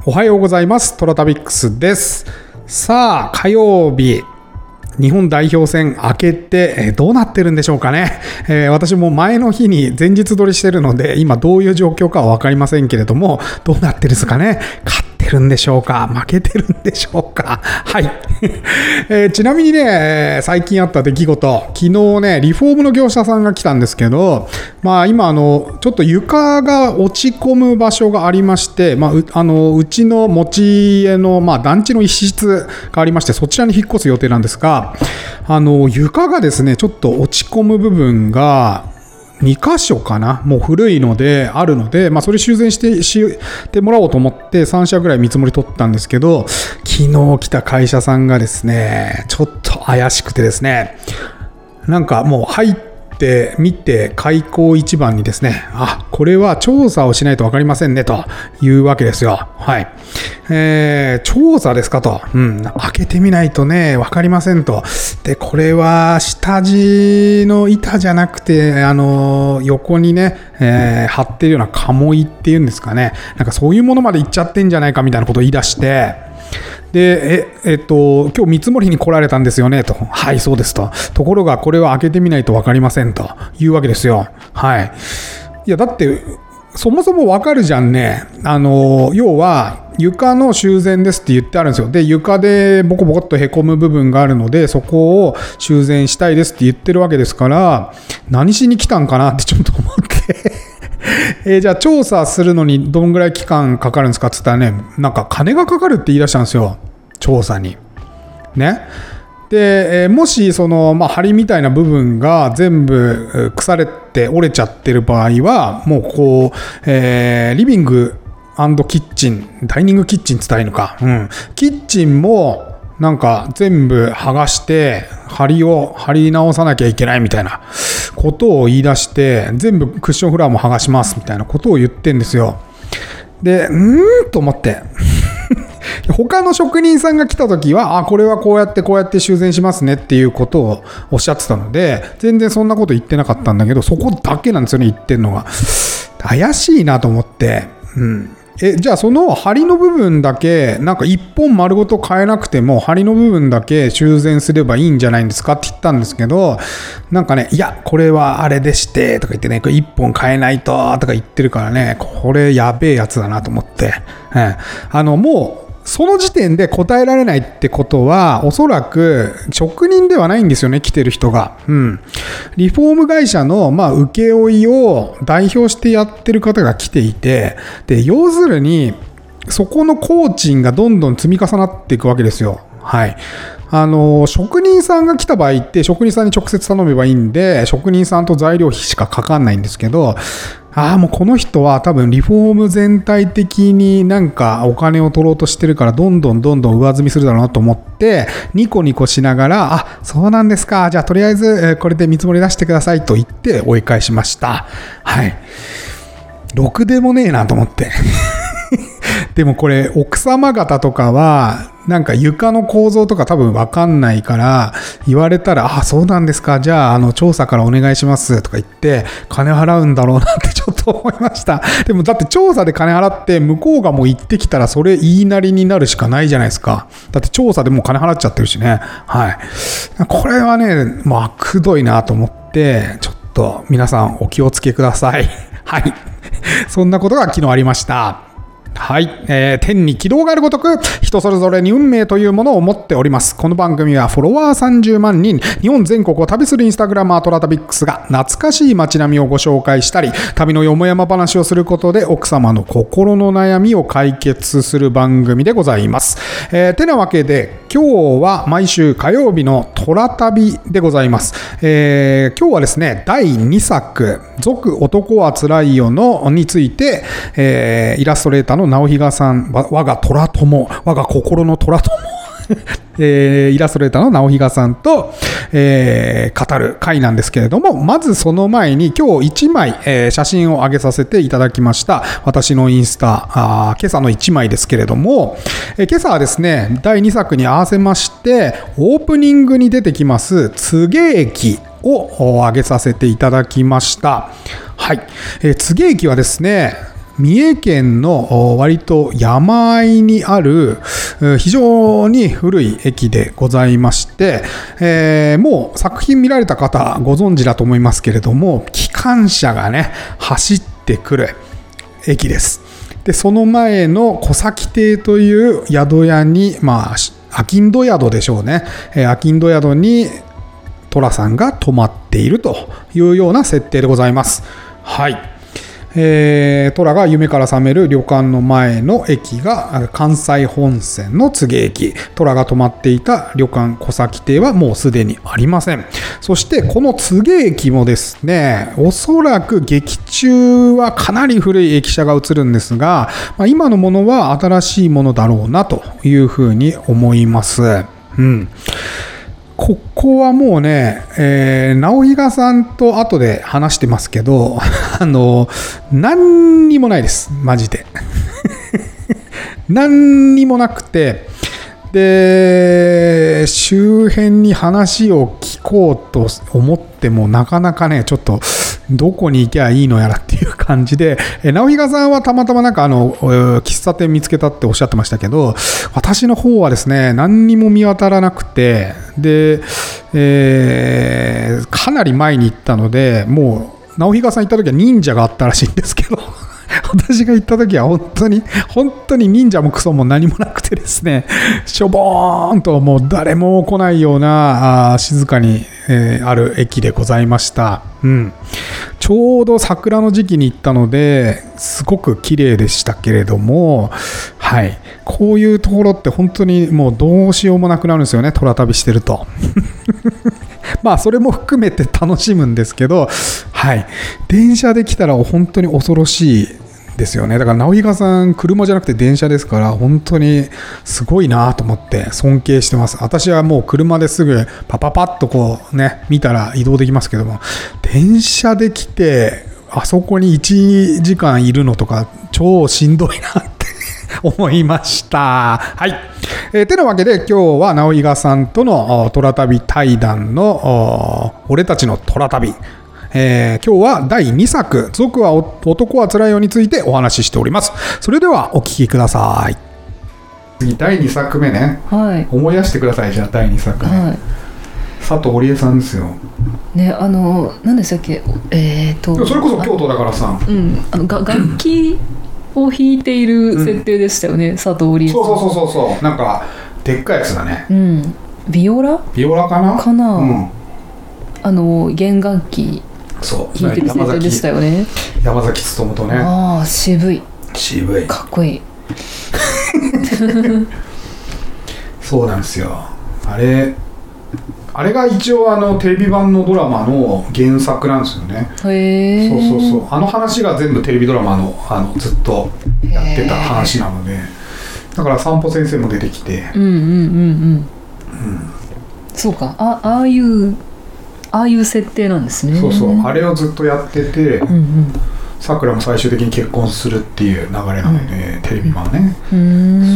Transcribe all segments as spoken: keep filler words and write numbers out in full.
おはようございます。トラタビックスです。さあ、火曜日、日本代表戦明けて、えー、どうなってるんでしょうかね、えー、私も前の日に前日撮りしてるので、今どういう状況かは分かりませんけれども、どうなってるんですかね。勝ってるんでしょうか、負けてるんでしょうか。はい、えー、ちなみにね、最近あった出来事、昨日ね、リフォームの業者さんが来たんですけど、まあ今あのちょっと床が落ち込む場所がありまして、まあ、う, あのうちの持ち家の、まあ、団地の一室がありまして、そちらに引っ越す予定なんですが、あの床がですね、ちょっと落ち込む部分がに箇所かな、もう古いのであるので、まあ、それ修繕してしてもらおうと思ってさん社ぐらい見積もり取ったんですけど、昨日来た会社さんがですね、ちょっと怪しくてですね、なんかもう入って見て開口一番にですね、あ、これは調査をしないと分かりませんねというわけですよ。はい。えー、調査ですかと、うん、開けてみないとね分かりませんと。で、これは下地の板じゃなくて、あの横にね、えー、貼ってるような鴨居っていうんですかね、なんかそういうものまでいっちゃってんじゃないかみたいなことを言い出して、で、え、えっと、今日見積もりに来られたんですよねと。はい、そうですと。ところがこれは開けてみないと分かりませんというわけですよ。はい。いや、だってそもそも分かるじゃんね。あの要は床の修繕ですって言ってあるんですよ。で、床でボコボコっとへこむ部分があるので、そこを修繕したいですって言ってるわけですから、何しに来たんかなってちょっと思ってえー、じゃあ調査するのにどんぐらい期間かかるんですかって言ったらね、なんか金がかかるって言い出したんですよ、調査にね。で、えー、もしその、まあ、梁みたいな部分が全部腐れて折れちゃってる場合は、もうこう、えー、リビング&キッチン、ダイニングキッチンって言ったらいいのか、うん、キッチンもなんか全部剥がして梁を張り直さなきゃいけないみたいなことを言い出して、全部クッションフロアも剥がしますみたいなことを言ってんですよ。で、うーんと思って他の職人さんが来た時は、あ、これはこうやってこうやって修繕しますねっていうことをおっしゃってたので、全然そんなこと言ってなかったんだけど、そこだけなんですよね、言ってんのが。怪しいなと思って、うん。え、じゃあその梁の部分だけ、なんか一本丸ごと変えなくても、梁の部分だけ修繕すればいいんじゃないんですかって言ったんですけど、なんかね、いや、これはあれでして、とか言ってね、これ一本変えないと、とか言ってるからね、これやべえやつだなと思って、うん、あの、もう、その時点で答えられないってことは、おそらく職人ではないんですよね、来てる人が。うん。リフォーム会社の、まあ、請負を代表してやってる方が来ていて、で、要するに、そこの工賃がどんどん積み重なっていくわけですよ。はい。あの、職人さんが来た場合って、職人さんに直接頼めばいいんで、職人さんと材料費しかかかんないんですけど、ああ、もうこの人は多分リフォーム全体的になんかお金を取ろうとしてるから、どんどんどんどん上積みするだろうなと思って、ニコニコしながら、あ、そうなんですか。じゃあとりあえずこれで見積もり出してくださいと言って追い返しました。はい。ろくでもねえなと思って。でもこれ奥様方とかはなんか床の構造とか多分分かんないから、言われたら、あ、そうなんですか、じゃああの調査からお願いしますとか言って金払うんだろうなってちょっと思いました。でもだって調査で金払って向こうがもう行ってきたらそれ言いなりになるしかないじゃないですか。だって調査でもう金払っちゃってるしね。はい。これはね、もう悪どいなと思って、ちょっと皆さんお気をつけください。はい。そんなことが昨日ありました。はい、えー、天に軌道があるごとく人それぞれに運命というものを持っております。この番組はフォロワーさんじゅうまんにん、日本全国を旅するインスタグラマートラタビックスが懐かしい街並みをご紹介したり、旅のよもやま話をすることで奥様の心の悩みを解決する番組でございます。えー、てなわけで今日は毎週火曜日のトラ旅でございます。えー、今日はですね、だいにさく続男はつらいよのについて、えー、イラストレーターの直比嘉さん、我が虎友、我が心の虎友えー、イラストレーターの直比嘉さんと、えー、語る回なんですけれども、まずその前に今日いちまい、えー、写真を上げさせていただきました。私のインスタ、あ今朝のいちまいですけれども、えー、今朝はですね、だいにさくに合わせましてオープニングに出てきます柘植駅を上げさせていただきました。はい、えー、柘植駅はですね、 三重県の割と山あいにある非常に古い駅でございまして、えー、もう作品見られた方ご存知だと思いますけれども、機関車がね走ってくる駅です。でその前の小崎邸という宿屋に、まあ商人宿でしょうね、えー、商人宿に寅さんが泊まっているというような設定でございます。はい。えー、寅が夢から覚める旅館の前の駅が関西本線の柘植駅。寅が泊まっていた旅館小崎邸はもうすでにありません。そしてこの柘植駅もですね、おそらく劇中はかなり古い駅舎が映るんですが、まあ、今のものは新しいものだろうなというふうに思います。うん。ここはもうね、えー、直比嘉さんと後で話してますけど、あの、何にもないです。マジで。何にもなくて、で、周辺に話を聞こうと思ってもなかなかね、ちょっとどこに行けばいいのやらっていう感じで、直比嘉さんはたまたまなんかあの、喫茶店見つけたっておっしゃってましたけど、私の方はですね、何にも見当たらなくて、で、えー、かなり前に行ったので、もう、直比嘉さん行った時は忍者があったらしいんですけど、私が行った時は本当に本当に忍者もクソも何もなくてですね、しょぼーんともう誰も来ないようなあ静かに、えー、ある駅でございました。うん、ちょうど桜の時期に行ったのですごく綺麗でしたけれども、はい、こういうところって本当にもうどうしようもなくなるんですよね、虎旅してると。まあそれも含めて楽しむんですけど、はい、電車で来たら本当に恐ろしいですよね。だから直比嘉さん車じゃなくて電車ですから本当にすごいなと思って尊敬してます。私はもう車ですぐパパパッとこうね見たら移動できますけども、電車で来てあそこにいちじかんいるのとか超しんどいなって思いました。はい。えー、てなわけで今日は直比嘉さんとの虎旅対談の俺たちの虎旅、えー、今日はだいにさく賊は男はつらいよについてお話ししております。それではお聞きください。次だいにさくめね、はい、思い出してください。じゃあだいにさくめ、はい、佐藤織江さんですよね。あの何でしたっけ、えーとそれこそ京都だからさ、 うん、あのが楽器を弾いている設定でしたよね、うん、佐藤織江さん。 そうそうそうそう、なんかでっかいやつだね、 うん、ビオラビオラかなかな、 うん、 あの弦楽器弾いてる設定でしたよね。 山崎努とね。 ああ渋い渋いかっこいい。 そうなんですよ。あれあれが一応あのテレビ版のドラマの原作なんですよね。 へえ。 そうそうそう、あの話が全部テレビドラマの、あのずっとやってた話なので、だから散歩先生も出てきて、 うんうんうんうん、うん、そうか、あああいうああいう設定なんですね。 そうそう、あれをずっとやってて、さくらも最終的に結婚するっていう流れなので、うん、テレビ版ね、 うん、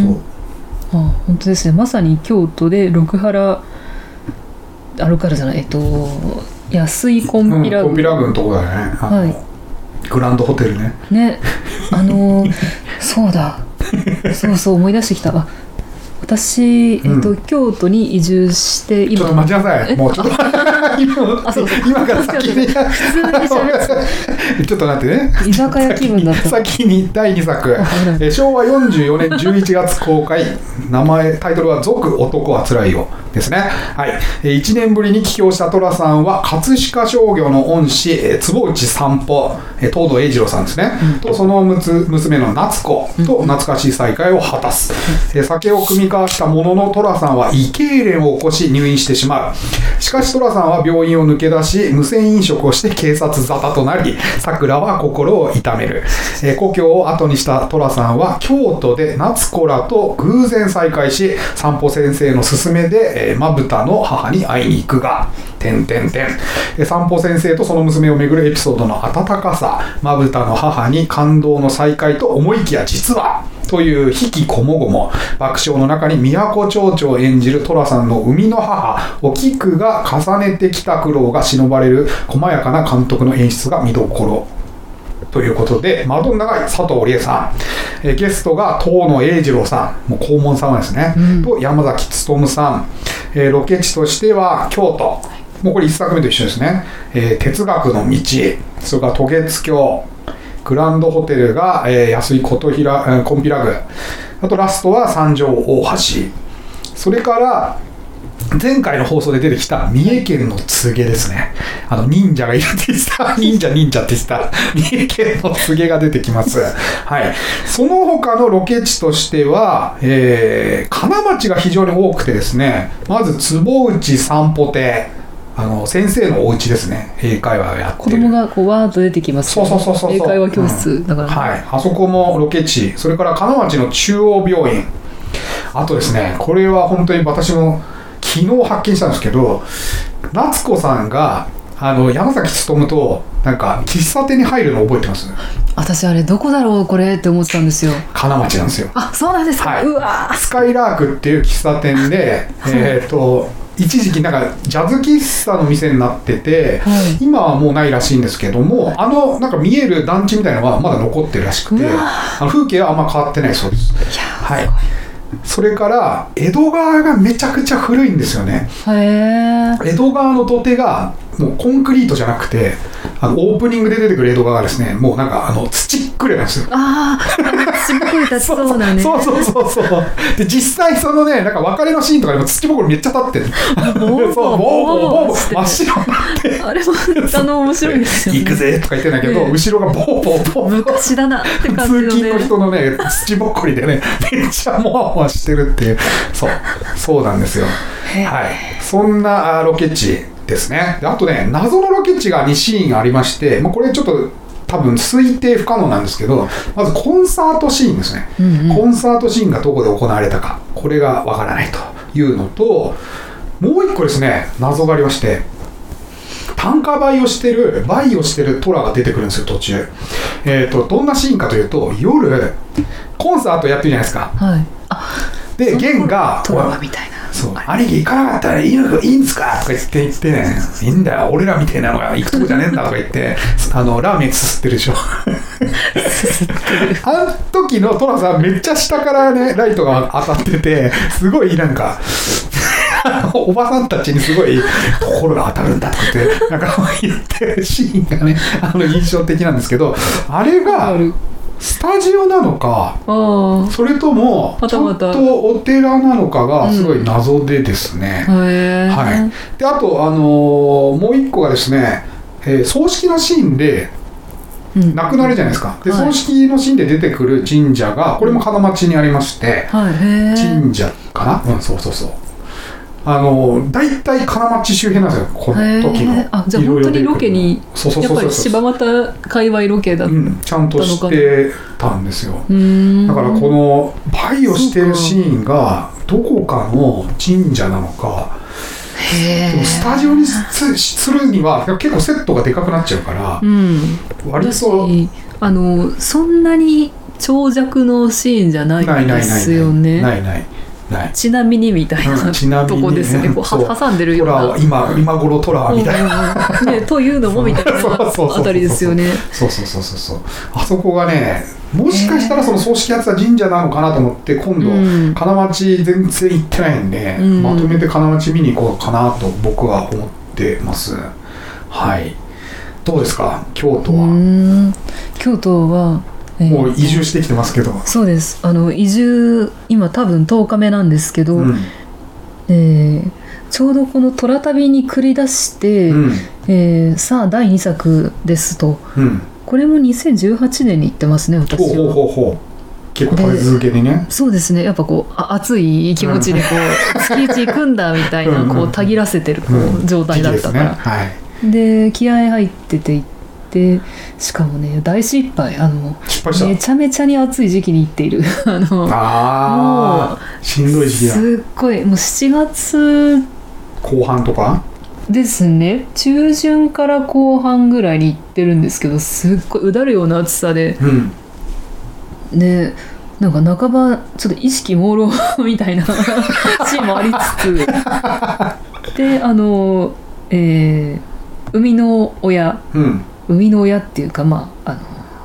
そう、あ、本当ですね。まさに京都で六原あるからじゃない、えっと安井コンピラ郡、うん、コンピラ郡のとこだよね、はい、グランドホテルね。 ね、あのそうだ、そうそう思い出してきた。あ、私、えっと、うん、京都に移住して今ちょっと待ちなさい、もうちょっと今, あそうそう今から先に普通にしゃべってちょっと待ってね、 居酒屋気分だった。 先にだいにさく、えしょうわよんじゅうよねんじゅういちがつ公開、名前タイトルは賊男はつらいよですね。はい、いちねんぶりに帰郷した寅さんは葛飾商業の恩師坪内散歩東堂栄次郎さんですね、うん、とその娘の夏子と懐かしい再会を果たす、うん、酒を酌み交わしたものの寅さんは胃痙攣を起こし入院してしまう。しかし寅さんは病院を抜け出し無銭飲食をして警察沙汰となり、さくらは心を痛める。え故郷を後にした寅さんは京都で夏子らと偶然再会し、散歩先生の勧めでまぶたの母に会いに行くが、点点点。散歩先生とその娘をめぐるエピソードの温かさ、まぶたの母に感動の再会と思いきや実はという悲喜こもごも、爆笑の中に都町長を演じる寅さんの生みの母お菊が重ねてきた苦労が忍ばれる細やかな監督の演出が見どころということで、マドンナが佐藤理恵さん、えーゲストが遠野英二郎さん、もう黄門様ですね、うん、と山崎努さん、えー、ロケ地としては京都、もうこれいっさくめと一緒ですね、えー、哲学の道、それから渡月橋、グランドホテルが、えー、安井琴平、えー、コンピラ宮、あとラストは三条大橋、それから前回の放送で出てきた三重県の柘植ですね。あの忍者がいるって言ってた忍者忍者って言ってた三重県の柘植が出てきます。はい。その他のロケ地としては、えー、金町が非常に多くてですね、まず坪内散歩亭、あの先生のお家ですね。英会話をやってる。 子供がこうわーっと出てきます、 ね。そうそうそうそう。 英会話教室だから、ね、 うん、はい。あそこもロケ地。それから金町の中央病院。あとですね、これは本当に私も昨日発見したんですけど、夏子さんがあの山崎努となんか喫茶店に入るの覚えてます？ 私あれどこだろうこれって思ってたんですよ。 金町なんですよ。 あ、そうなんですか。はい、うわスカイラークっていう喫茶店でえっと一時期なんかジャズ喫茶の店になってて、はい、今はもうないらしいんですけども、はい、あのなんか見える団地みたいなのはまだ残ってるらしくて、あの風景はあんま変わってないそうです。いや、はい。それから江戸川がめちゃくちゃ古いんですよね。 へ江戸川の土手がもうコンクリートじゃなくて、あのオープニングで出てくる江戸川がですね、もうなんかあの土っくれなんですよ。 ああ、土ぼこり立ちそうだね。 そうそうそうそう。で実際そのね、なんか別れのシーンとかでも土ぼこりめっちゃ立ってる。 ボーそうボーボーボーボー真っ白になって。 あれもあの面白いですよね。 行くぜとか言ってんだけど、後ろがボーボーボー。 昔だなって感じのね。 通勤の人のね土ぼこりでねめっちゃモワモワしてるっていう。そうそうなんですよ。はい。そんなロケ地ですね。であとね、謎のロケ地がにシーンありまして、まあ、これちょっと多分推定不可能なんですけど、まずコンサートシーンですね、うんうん、コンサートシーンがどこで行われたか、これがわからないというのと、もう一個ですね、謎がありまして、単価売をしてるバイをしてるトラが出てくるんですよ途中。えーとどんなシーンかというと、夜コンサートやってるじゃないですか、 はい、あでゲンがトラみたいな、 そう兄貴行かなかったらいいのいいんですかとか言って言ってね、いいんだよ俺らみたいなのが行くとこじゃねえんだとか言ってあのラーメンすすってるでしょあの時のトラさんめっちゃ下からねライトが当たってて、すごいなんかおばさんたちにすごいところが当たるんだとかってなんか言ってるシーンがね、あの印象的なんですけど、あれがスタジオなのか、それともちょっとお寺なのかがすごい謎でですね、うん、はい。であと、あのー、もう一個がですね、えー、葬式のシーンで亡くなるじゃないですか、うん、で、はい、葬式のシーンで出てくる神社がこれも金町にありまして、はい、神社かな、うん、そうそうそう、あの大体金町周辺なんですよ、この時の。 あ、じゃあ本当にロケに、やっぱり柴又界隈ロケだったのかな、うん、 ちゃんとしてたんですよ。だからこのバイをしてるシーンがどこかの神社なのか、でもスタジオに す, するには結構セットがでかくなっちゃうから、うん、割とあのそんなに長尺のシーンじゃないんですよね。 ないないないないないない、 ちなみにみたいな、うん、ちなみにとこですね、こう挟んでるような、 今今頃トラみたいな、 ね、というのもみたいなあたりですよね。 そうそうそうそうそう、あそこがね、もしかしたらその葬式やってた神社なのかなと思って今度、うん、金町全然行ってないんで、うん、まとめて金町見に行こうかなと僕は思ってます。はい。どうですか京都は？うーん、 京都はもう移住してきてますけど、えー、 そうです。あの移住今多分とおかめなんですけど、うん、えー、ちょうどこの虎旅に繰り出して、うん、えー、さあだいにさくですと、うん、これもにせんじゅうはちねんに行ってますね、私は。 ほうほうほう、結構立て続けにね。 そうですね、やっぱこうあ熱い気持ちでこう、うん、月一行くんだみたいなこうたぎらせてるこう、うん、状態だったから、ね、はい、で気合入ってて行ってで、しかもね大失敗、あのめちゃめちゃに暑い時期に行っているあのあもうしんどい時期だ、 すっごいもうしちがつこう半とかですね、中旬から後半ぐらいに行ってるんですけど、すっごいうだるような暑さで、うん、でなんか半ばちょっと意識朦朧みたいなシーンもありつつで、あの、えー、生みの親、うん、生みの親っていうか、まあ、あの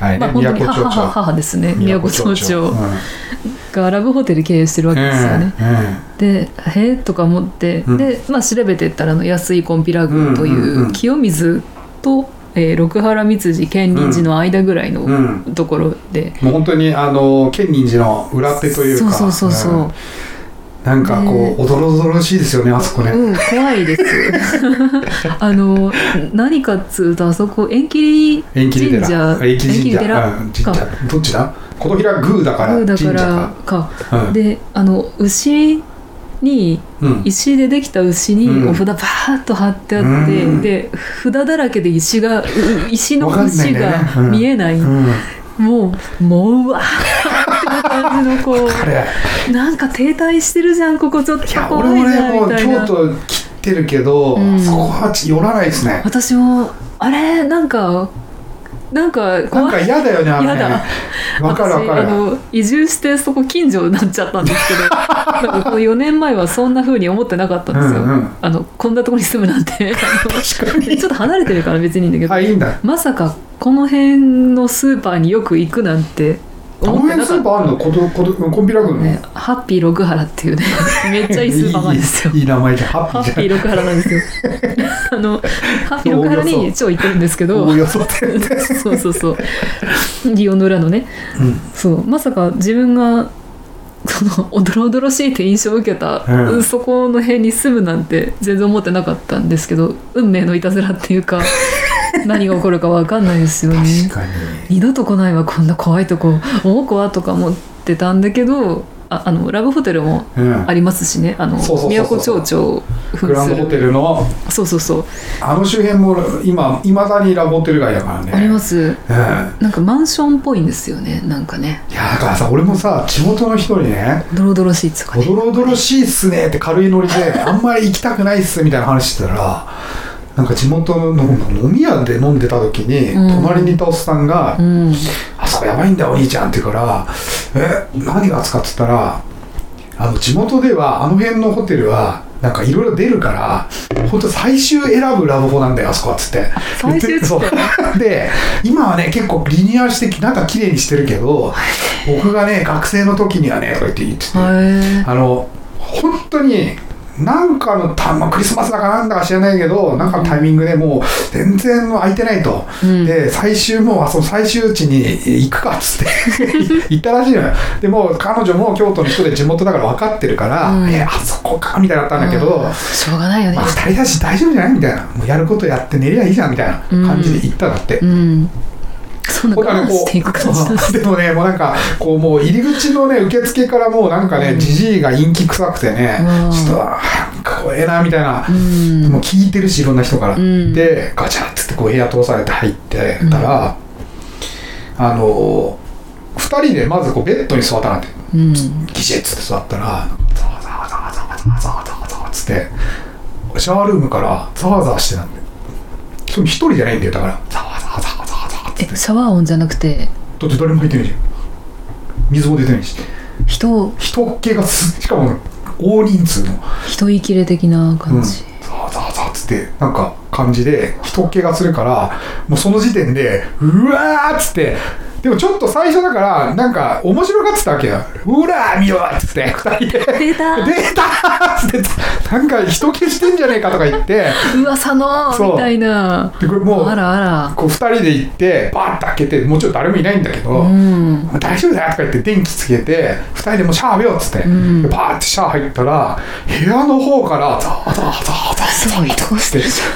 あれね、 まあ本当に都町長母母ですね、都町長うんがラブホテル経営してるわけですよね。 うんうんでへえとか思って、 うんで、まあ、調べてったらあの安井金比羅宮というんうんうんう清水と、えー六原三辻建仁寺の間ぐらいのうんところで、 もう本当にあの建仁寺の裏手というか、 そうそうそうそう、 うんなんかこうおどろおどろしいですよね、あそこね。 うん、怖いですあの何かっつうとあそこ縁切縁切り神社寺、縁切り神社、 寺うん神社どっちだ？琴平宮だから宮だか神社らか。 か、 うんであの牛にうん石でできた牛にうんお札バーッと貼ってあって、 うんで札だらけで石がう石のわかんない石んだよねが見えない、 うんもうもううわーっていう感じのこあれうなんか停滞してるじゃんここちょっといや俺も怖いなねもうみたいな。 京都切ってるけど、 うんそこは寄らないですね。 私もあれなんかなんかなん怖い。 か嫌だよね、あれね。 嫌だわかるわかる。 私あの移住してそこ近所になっちゃったんですけどなんかこのよねんまえはそんな風に思ってなかったんですよ、 うんうんあのこんなところに住むなんてあの確かに。 ちょっと離れてるから別にいいんだけど、 あ、いいんだ。 まさかこの辺のスーパーによく行くなんてあの思ってなかっ辺スーパーあるのことことコンビラ軍の、 たね。ハッピー六原っていうねめっちゃいいスーパーなんですよいいいい名前じゃん。ハッピーじゃん。 ハッピー六原なんですよあのハッピー六原に超行ってるんですけどおおよそってるね。 そうそうそう祇園の裏のね、 うんそうまさか自分がそのおどろおどろしいって印象を受けた、 うんそこの辺に住むなんて全然思ってなかったんですけど、運命のいたずらっていうか何が起こるか分かんないですよね。 確かに。 二度と来ないわこんな怖いとこ大怖とか思ってたんだけど、ああのラブホテルもうんありますしね、あのそうそうそうそう都町長扮グランドホテルのそうそうそうあの周辺も今いまだにラブホテル街だからね。 あります。 うん。 なんかマンションっぽいんですよね、なんかねいやだからさ、俺もさ地元の人にね、 ドロドロしいっつうかね。 おどろおどろしいっすねって軽いノリであんまり行きたくないっすみたいな話してたら、なんか地元の飲み屋で飲んでた時に、 うん隣にいたおっさんが、 うんあそこやばいんだよお兄ちゃんって言うから、え何が熱かっつったら、あの地元ではあの辺のホテルはなんかいろいろ出るから本当最終選ぶラブホなんだよあそこはっつって最終っつってそうで今はね結構リニューアルしてなんか綺麗にしてるけど僕がね学生の時にはねとか言って言ってて、 へーあの本当になんかのた、まあ、クリスマスだかなんだか知らないけどなんかのタイミングでもう全然空いてないと、 うんで最終もうその最終地に行くかっつって行ったらしいのよ。でもう彼女も京都の人で地元だから分かってるから、 うんえあそこかみたいなのあったんだけど、 うんしょうがないよねまあ、ふたりだし大丈夫じゃないみたいな、もうやることやって寝りゃいいじゃんみたいな感じで行ったんだって。 うんそんなほんとねこ我慢していく感じなんですうでもねもうなんかこうもう入り口のね受付からもうなんかねじじいが陰気臭くてね、 うんちょっとあなんか怖えなみたいな、 うんもう聞いてるしいろんな人から、 うんでガチャッつってこう部屋通されて入ってたら、あのふたりでまずこうベッドに座ったなんて、 うんギシッつって座ったらザワザワザワザワザワザワザワザワつってシャワールームからザワザワしてたんで、それ一人じゃないんだよだからザワザワザワザワザワつって、 えシャワー音じゃなくてだって誰も入ってないじゃん、水も出てないし人人っ気がすしかも大人数の人言い切れ的な感じ、 ザワザワザワつってなんか感じで人っ気がするからもうその時点でうわーっつって、でもちょっと最初だからなんか面白がってたわけよ。うらー見ろっつってふたりで出た出たーっつってなんか人消してんじゃねえかとか言って噂のそうみたいな。 でこれもうあらあらこうふたりで行ってバーッと開けてもうちょっと誰もいないんだけど、 うん大丈夫だよとか言って電気つけてふたりでもうシャワー浴びようっつって、 うんでバーってシャワー入ったら部屋の方からザワザワザワザワザワすごいどうしてるじ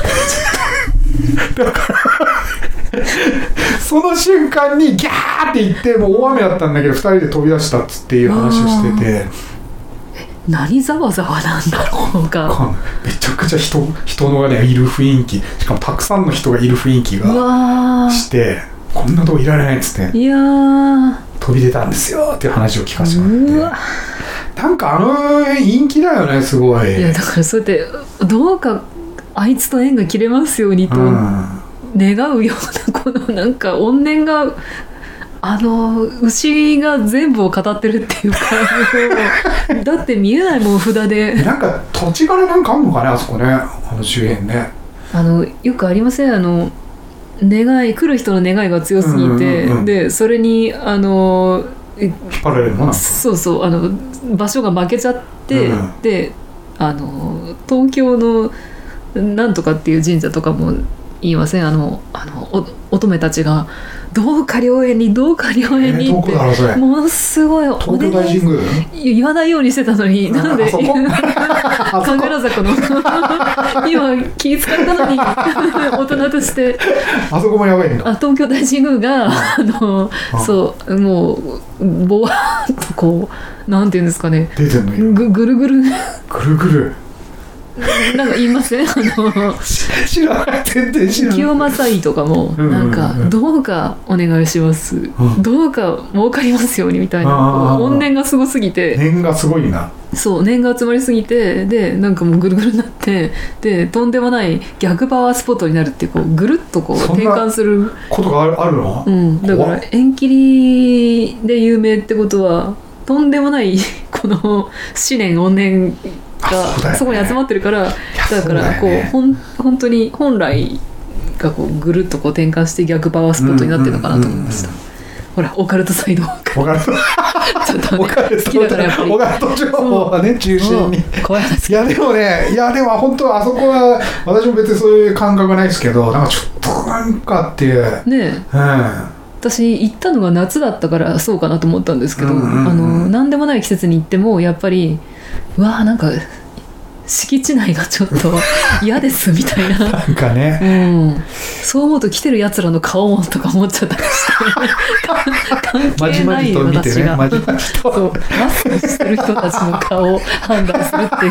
その瞬間にギャーって言ってもう大雨だったんだけどふたりで飛び出したっつっていう話をしてて、 ゃん。何ざわざわなんだろうか。 めちゃくちゃ人人のがねいる雰囲気、しかもたくさんの人がいる雰囲気うがわしてこんなとこいられないっつってーいやー飛び出たんですよっていう話を聞かせてもうわらって、なんかあの辺陰気だよねすごい。 いやだからそうやってどうかあいつと縁が切れますようにとうん願うようなこのなんか怨念があの牛が全部を語ってるっていうかもうだって見えないもん札で。 なんか土地柄なんかあんのかねあそこね、あの周辺ね。 あのよくありませんあの願い来る人の願いが強すぎて、 うんうんうん、 でそれにあの引っ張られるのなんかそうそうあの場所が負けちゃって、うん、であの東京のなんとかっていう神社とかも言いませんあのあのお乙女たちがどうか良縁にどうか良縁にって、えー、ものすごい東京大神宮言わないようにしてたのになんで神楽坂の今気遣ったのに大人としてあそこもやばいんだ。 あ東京大神宮があのそうもうぼわっとこうなんていうんですかね出てんのぐぐるぐるぐるぐるなんか言いませんあの知らない全然知らない清正井とかもなんかどうかお願いします、うん、どうか儲かりますようにみたいな怨念がすごすぎて念がすごいなそう念が集まりすぎてでなんかもうぐるぐるになってでとんでもない逆パワースポットになるっていうこうぐるっとこう転換することがある、あるの、 うん、だから縁切りで有名ってことはとんでもないこの思念怨念が そ, そこに集まってるからだからこう、ね、ほん本当に本来がこうぐるっとこう転換して逆パワースポットになってるのかなと思いました、うんうんうんうん、ほらオカルトサイドオカルトちょっと、ね、好きだからやっぱりオカルト情報はね中心に怖い話いやでもねいやでも本当あそこは私も別にそういう感覚ないですけどなんかちょっとなんかっていうねえ、うん、私行ったのが夏だったからそうかなと思ったんですけど、うんうんうん、あの何でもない季節に行ってもやっぱりうわーなんか敷地内がちょっと嫌ですみたいななんかね、 うん、そう思うと来てるやつらの顔もとか思っちゃったりして関係ない私がまじまじとそうマスクしてる人たちの顔を判断するって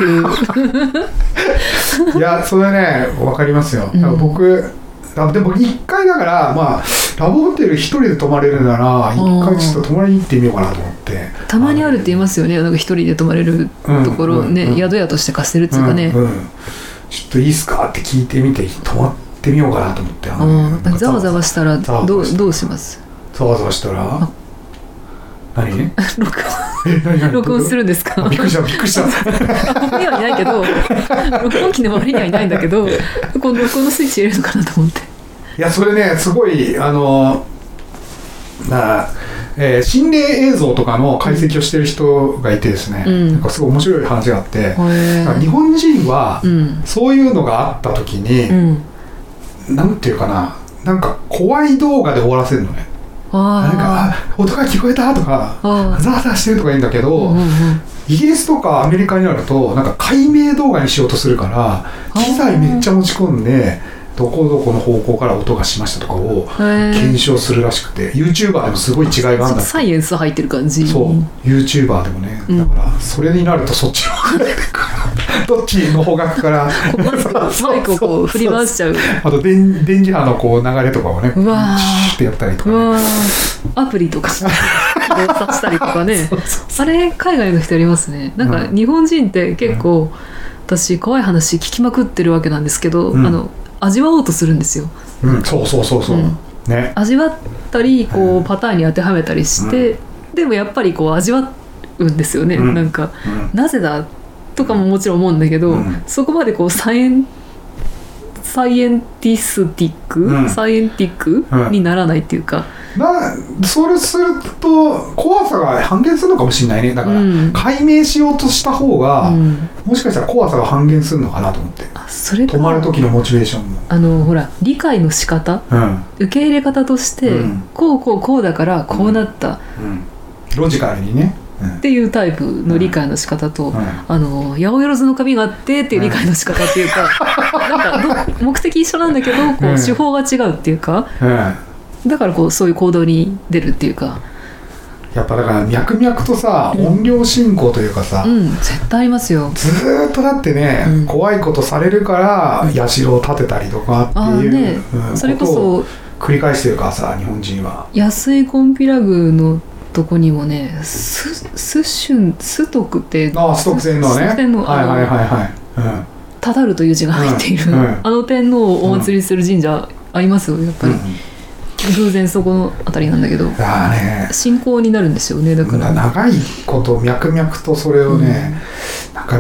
いういやそれね分かりますよ、うん、僕でもいっかいだからまあラブホテル一人で泊まれるならいっかいちょっと泊まりに行ってみようかなと思ってたまにあるって言いますよねなんか一人で泊まれるところ、うんうんうん、ね宿屋として貸してるっていうかね、うんうん、 ちょっといいっすかって聞いてみて泊まってみようかなと思ってあのざわざわしたらどう、どうしますざわざわしたら何録音録音するんですかびっくりしたびっくりした僕にはいないけど録音機の周りにはいないんだけどこの録音のスイッチ入れるのかなと思っていやそれねすごいあのな、えー、心霊映像とかの解析をしてる人がいてですね、うん、なんかすごい面白い話があって、うん、日本人はそういうのがあった時に、うん、なんていうかななんか怖い動画で終わらせるのねなんか音が聞こえたとかザワザワしてるとか言うんだけど、うんうんうん、イギリスとかアメリカになるとなんか解明動画にしようとするから機材めっちゃ持ち込んでどこどこの方向から音がしましたとかを検証するらしくて YouTuber でもすごい違いがあるんだってサイエンス入ってる感じそう YouTuber でもね、うん、だからそれになるとそっちのどっちの方角からマイクをこう振り回しちゃうあと 電, 電磁波のこう流れとかをねうわシューってやったりとか、ね、うわアプリとか動作したりとかねそうそうそうあれ海外の人やりますねなんか日本人って結構、うん、私怖い話聞きまくってるわけなんですけど、うん、あの味わおうとするんですよ、うん、 そうそうそうそう、うんね、 味わったりこうパターンに当てはめたりして、うん、でもやっぱりこう味わうんですよね、うん、なんか、うん、なぜだとかももちろん思うんだけど、うん、そこまでこうサイエンサイエンティスティック、うん、サイエンティック、うん、にならないっていうかなそれすると怖さが半減するのかもしれないねだから、うん、解明しようとした方が、うん、もしかしたら怖さが半減するのかなと思ってあそれか止まる時のモチベーションもあのほら理解の仕方、うん、受け入れ方として、うん、こうこうこうだからこうなった、 うんうん、ロジカルにねっていうタイプの理解の仕方と、うん、あの八百万の髪があってっていう理解の仕方っていうか、うん、なんか目的一緒なんだけどこう、うん、手法が違うっていうか、うん、だからこうそういう行動に出るっていうかやっぱだから脈々とさ、うん、音量進行というかさ、 うん、絶対ありますよずーっとだってね、うん、怖いことされるから社を建てたりとかっていう、ねうん、 それこそ繰り返してるからさ日本人は安いコンピラグのとこにもねススシュンストクってああストク天皇ねはいはいはいはい、うん、 ただるという字が入っている、うんうん、あの天皇をお祭りする神社ありますよやっぱり、うん、偶然そこのあたりなんだけどあ、ね、 信仰になるんですよねだから長いこと脈々とそれをね、うん、なんかやっぱ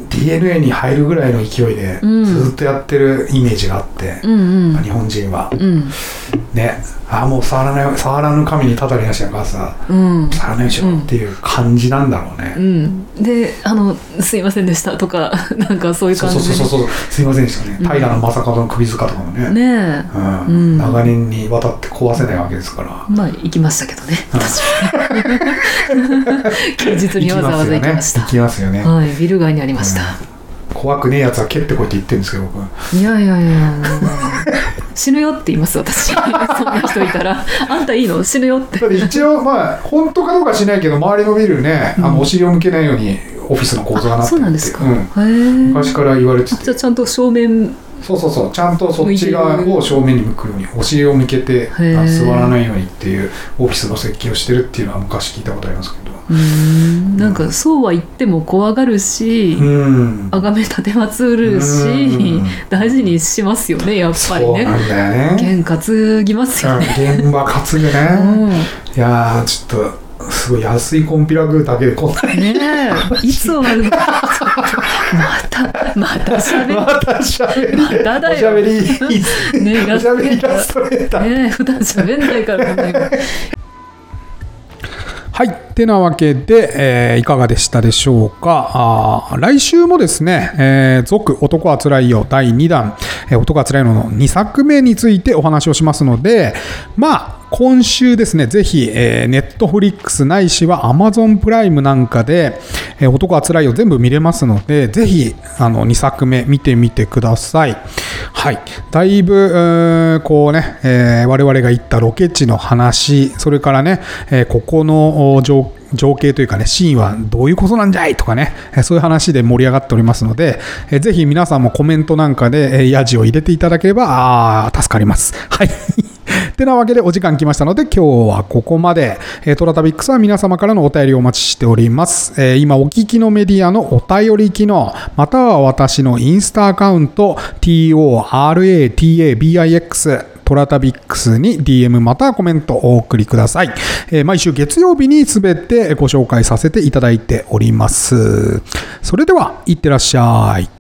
ディーエヌエー に入るぐらいの勢いでずっとやってるイメージがあって、うんうん、日本人は、うん、ね、ああもう触らない触らぬ神にたたりなしやからさ、うん、触らないでしょっていう感じなんだろうね、 うん、であのすいませんでしたとかなんかそういう感じでそうそうそうそうすいませんでしたね、うん、平野正門の首塚とかもね、 ねえ、 うんうん、長年にわたって壊せないわけですから、 まあ行きましたけどね、休日にわざわざ行きました。 行きますよね、 はい、ビル街にありました、 うん、怖くねえやつは蹴ってこいって言ってるんですけど僕いやいやいや死ぬよって言います私そんな人いたらあんたいいの死ぬよって一応まあ本当かどうかしないけど周りのビルね、うん、あのお尻を向けないようにオフィスの構造がなってるって、 そうなんですか、うん、 へ昔から言われてて、 じゃあちゃんと正面そうそうそうちゃんとそっち側を正面に向くようにお尻を向けて座らないようにっていうオフィスの設計をしてるっていうのは昔聞いたことありますけど、 うーんなんかそうは言っても怖がるし崇め立てまつるし大事にしますよねやっぱりね。 そうなんだよね。 弦担ぎますよね。 弦は担ぐね、うん、いやーちょっとすごい安いコンピラグだけでこんなにねえいつ終わるのかまたまたしゃべりまたしゃべりまただよおしゃべりねおしゃべりイラストレーターねえ普段しゃべんないからねはい。てなわけで、えー、いかがでしたでしょうか。あ来週もですね、えー、続男はつらいよだいにだん、えー、男はつらいよのにさくめについてお話をしますので、まあ、今週ですね、ぜひ、えー、ネットフリックスないしは Amazon プライムなんかで、えー、男はつらいよ全部見れますので、ぜひ、あの、にさくめ見てみてください。はい。だいぶ、こうね、えー、我々が言ったロケ地の話、それからね、えー、ここの状情景というかね、シーンはどういうことなんじゃいとかね、そういう話で盛り上がっておりますので、えぜひ皆さんもコメントなんかで、えヤジを入れていただければ、あ助かります。はい。てなわけでお時間来ましたので、今日はここまで。えトラタビックスは皆様からのお便りをお待ちしております。え今お聞きのメディアのお便り機能、または私のインスタアカウント、トラタビックス、トラタビックスに ディーエム またはコメントをお送りください。えー、毎週月曜日にすべてご紹介させていただいております。それでは、いってらっしゃい。